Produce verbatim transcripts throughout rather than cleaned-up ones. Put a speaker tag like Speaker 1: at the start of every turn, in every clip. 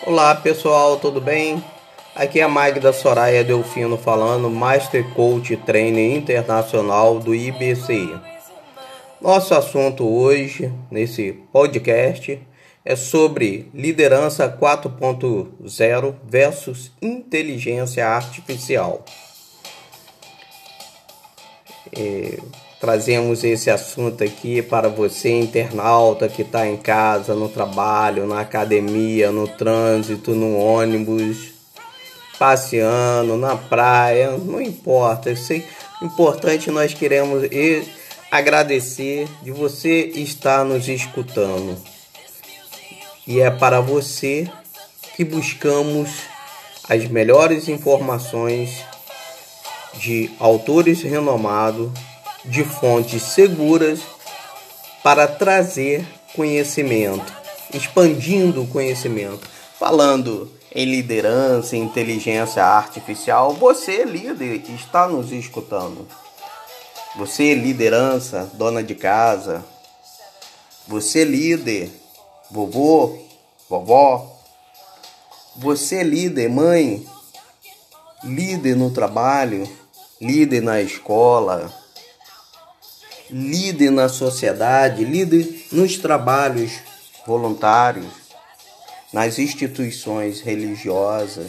Speaker 1: Olá pessoal, tudo bem? Aqui é a Magda Soraya Delfino falando, Master Coach Trainer Internacional do I B C I. Nosso assunto hoje, nesse podcast, é sobre liderança quatro ponto zero versus inteligência artificial. É, trazemos esse assunto aqui para você, internauta, que está em casa, no trabalho, na academia, no trânsito, no ônibus, passeando, na praia, não importa. Eu sei, importante, nós queremos agradecer de você estar nos escutando. E é para você que buscamos as melhores informações de autores renomados, de fontes seguras, para trazer conhecimento, expandindo o conhecimento. Falando em liderança e inteligência artificial, você, líder, está nos escutando. Você, liderança, dona de casa, você, líder, vovô, vovó, você, líder, mãe, líder no trabalho, líder na escola, líder na sociedade, líder nos trabalhos voluntários, nas instituições religiosas.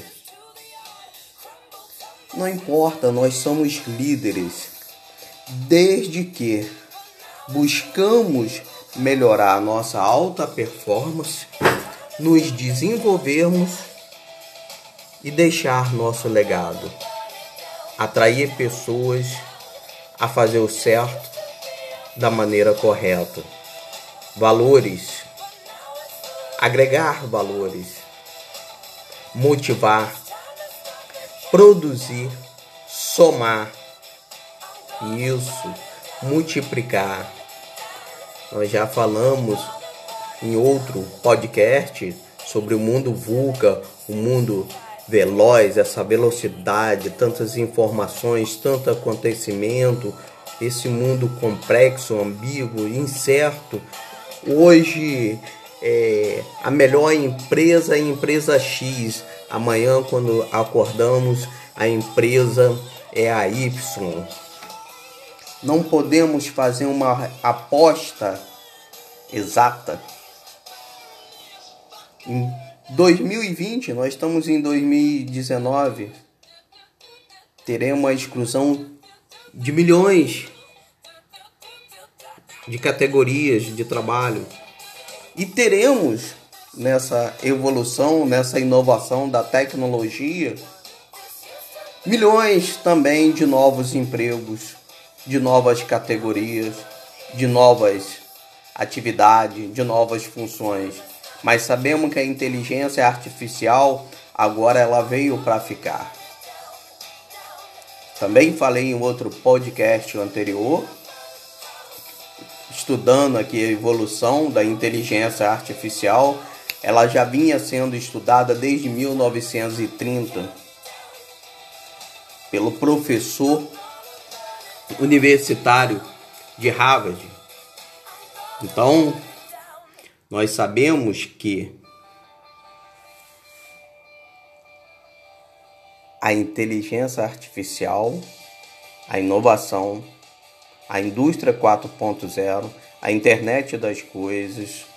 Speaker 1: Não importa, nós somos líderes, desde que buscamos melhorar a nossa alta performance, nos desenvolvermos e deixar nosso legado, atrair pessoas a fazer o certo da maneira correta, valores, agregar valores, motivar, produzir, somar, isso, multiplicar. Nós já falamos em outro podcast sobre o mundo VUCA, o mundo veloz, essa velocidade, tantas informações, tanto acontecimento, esse mundo complexo, ambíguo, incerto. Hoje é, a melhor empresa é a empresa X. Amanhã, quando acordamos, a empresa é a Y. Não podemos fazer uma aposta exata. Em dois mil e vinte, nós estamos em dois mil e dezenove, teremos a exclusão de milhões de categorias de trabalho. E teremos nessa evolução, nessa inovação da tecnologia, milhões também de novos empregos, de novas categorias, de novas atividades, de novas funções. Mas sabemos que a inteligência artificial agora ela veio para ficar. Também falei em outro podcast anterior, estudando aqui a evolução da inteligência artificial. Ela já vinha sendo estudada desde mil novecentos e trinta pelo professor universitário de Harvard. Então, nós sabemos que a inteligência artificial, a inovação, a indústria quatro ponto zero, a internet das coisas,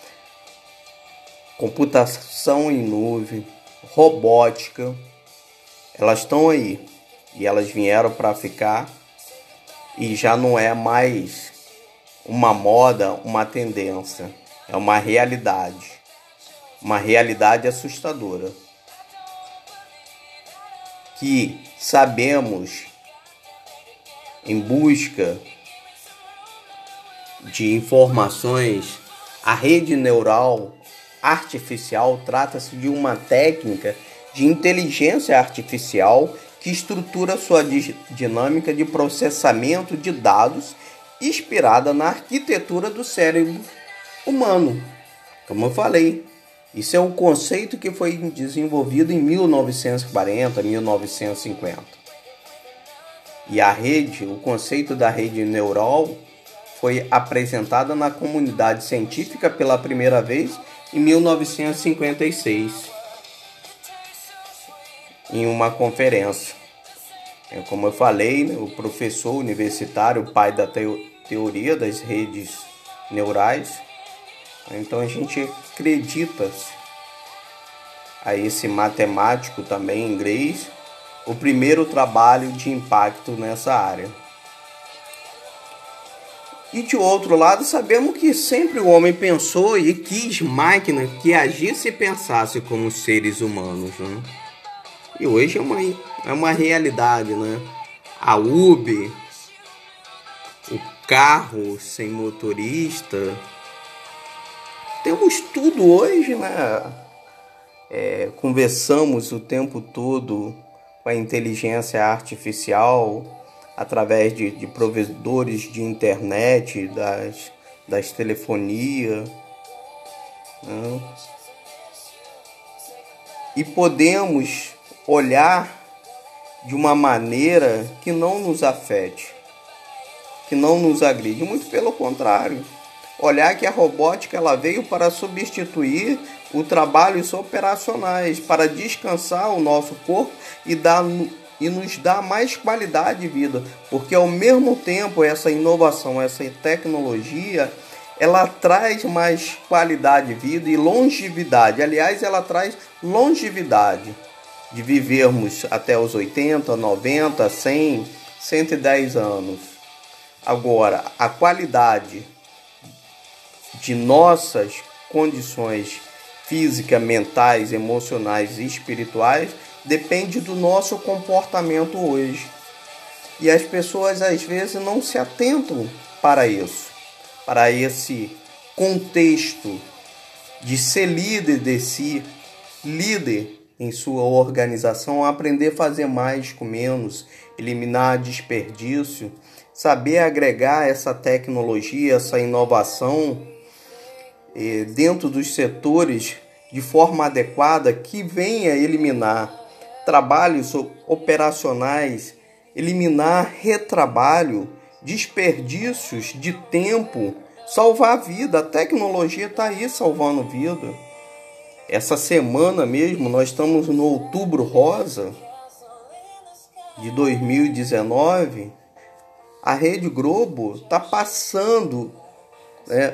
Speaker 1: computação em nuvem, robótica, elas estão aí e elas vieram para ficar e já não é mais uma moda, uma tendência, é uma realidade, uma realidade assustadora. Que sabemos, em busca de informações, a rede neural artificial trata-se de uma técnica de inteligência artificial que estrutura sua dinâmica de processamento de dados inspirada na arquitetura do cérebro humano. Como eu falei, isso é um conceito que foi desenvolvido em mil novecentos e quarenta, mil novecentos e cinquenta. E a rede, o conceito da rede neural foi apresentada na comunidade científica pela primeira vez em mil novecentos e cinquenta e seis. em uma conferência. É, como eu falei, né, o professor universitário, o pai da teo- teoria das redes neurais. Então a gente acredita a esse matemático também inglês, o primeiro trabalho de impacto nessa área. E de outro lado, sabemos que sempre o homem pensou e quis máquina que agisse e pensasse como os seres humanos, né? E hoje é uma, é uma realidade, né? A Uber, o carro sem motorista, temos tudo hoje, né? É, conversamos o tempo todo com a inteligência artificial através de, de provedores de internet, das, das telefonias, né? E podemos olhar de uma maneira que não nos afete, que não nos agride, muito pelo contrário. Olhar que a robótica ela veio para substituir o trabalhos operacionais, para descansar o nosso corpo e, dar, e nos dar mais qualidade de vida. Porque ao mesmo tempo essa inovação, essa tecnologia, ela traz mais qualidade de vida e longevidade. Aliás, ela traz longevidade de vivermos até os oitenta, noventa, cem, cento e dez anos. Agora, a qualidade de nossas condições físicas, mentais, emocionais e espirituais depende do nosso comportamento hoje. E as pessoas às vezes não se atentam para isso, para esse contexto de ser líder de si, líder em sua organização, aprender a fazer mais com menos, eliminar desperdício, saber agregar essa tecnologia, essa inovação dentro dos setores de forma adequada que venha eliminar trabalhos operacionais, eliminar retrabalho, desperdícios de tempo, salvar a vida. A tecnologia está aí salvando vida. Essa semana mesmo, nós estamos no Outubro Rosa de dois mil e dezenove, a Rede Globo está passando, né,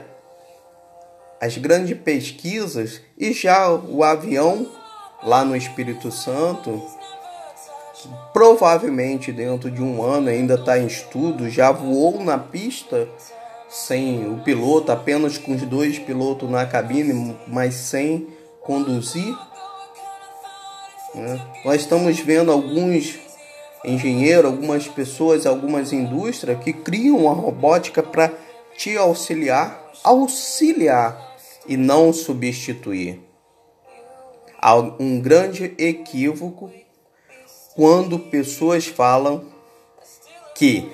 Speaker 1: as grandes pesquisas, e já o avião lá no Espírito Santo, provavelmente dentro de um ano, ainda está em estudo, já voou na pista sem o piloto, apenas com os dois pilotos na cabine, mas sem conduzir, né? Nós estamos vendo alguns engenheiros, algumas pessoas, algumas indústrias que criam a robótica para te auxiliar, auxiliar e não substituir. Há um grande equívoco quando pessoas falam que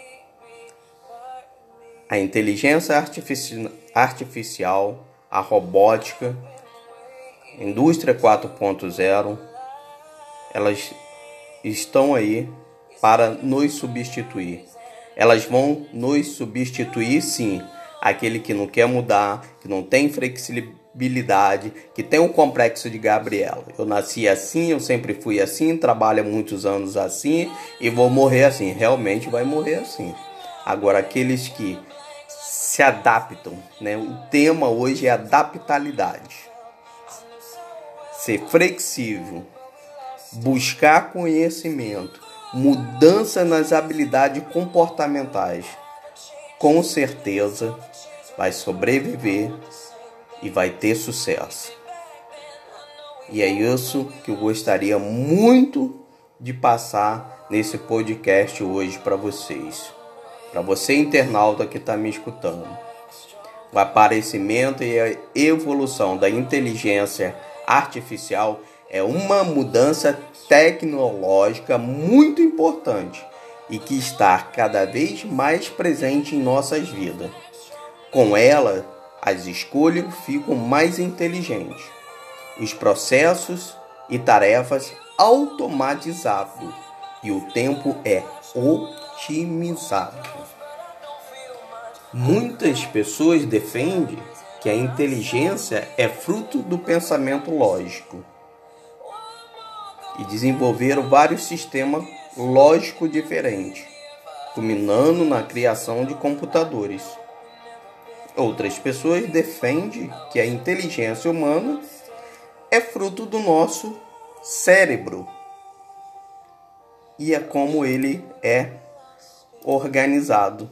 Speaker 1: a inteligência artifici- artificial, a robótica, a indústria quatro ponto zero, elas estão aí para nos substituir. Elas vão nos substituir, sim. Aquele que não quer mudar, que não tem flexibilidade, que tem um complexo de Gabriela. Eu nasci assim, eu sempre fui assim, trabalho há muitos anos assim e vou morrer assim. Realmente vai morrer assim. Agora, aqueles que se adaptam, né? O tema hoje é adaptabilidade. Ser flexível, buscar conhecimento, mudança nas habilidades comportamentais, com certeza vai sobreviver e vai ter sucesso. E é isso que eu gostaria muito de passar nesse podcast hoje para vocês. Para você internauta que está me escutando. O aparecimento e a evolução da inteligência artificial é uma mudança tecnológica muito importante e que está cada vez mais presente em nossas vidas. Com ela, as escolhas ficam mais inteligentes, os processos e tarefas automatizados e o tempo é otimizado. Muitas pessoas defendem que a inteligência é fruto do pensamento lógico. e desenvolveram vários sistemas lógicos diferentes, culminando na criação de computadores. Outras pessoas defendem que a inteligência humana é fruto do nosso cérebro e é como ele é organizado.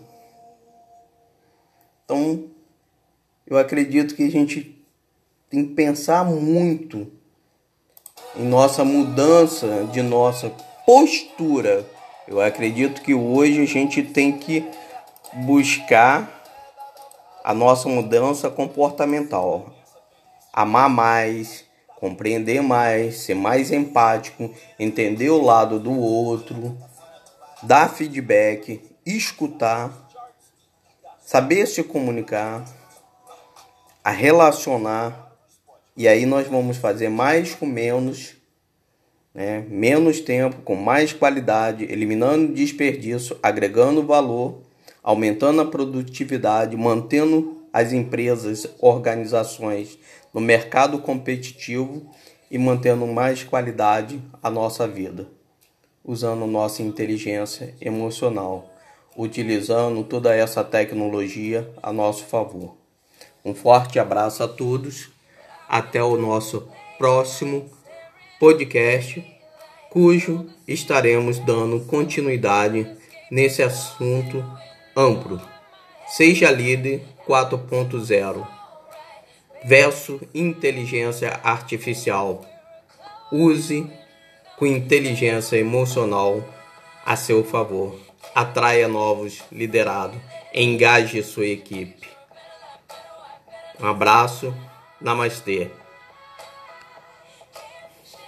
Speaker 1: Então, eu acredito que a gente tem que pensar muito em nossa mudança de nossa postura. Eu acredito que hoje a gente tem que buscar a nossa mudança comportamental. Amar mais, compreender mais, ser mais empático, entender o lado do outro, dar feedback, escutar, saber se comunicar, a relacionar. E aí nós vamos fazer mais com menos, né? Menos tempo, com mais qualidade, eliminando desperdício, agregando valor, aumentando a produtividade, mantendo as empresas, organizações no mercado competitivo e mantendo mais qualidade a nossa vida, usando nossa inteligência emocional, utilizando toda essa tecnologia a nosso favor. Um forte abraço a todos. Até o nosso próximo podcast, cujo estaremos dando continuidade nesse assunto amplo. Seja líder quatro ponto zero versus inteligência artificial. Use com inteligência emocional a seu favor. Atraia novos liderados. Engaje sua equipe. Um abraço. Namastê.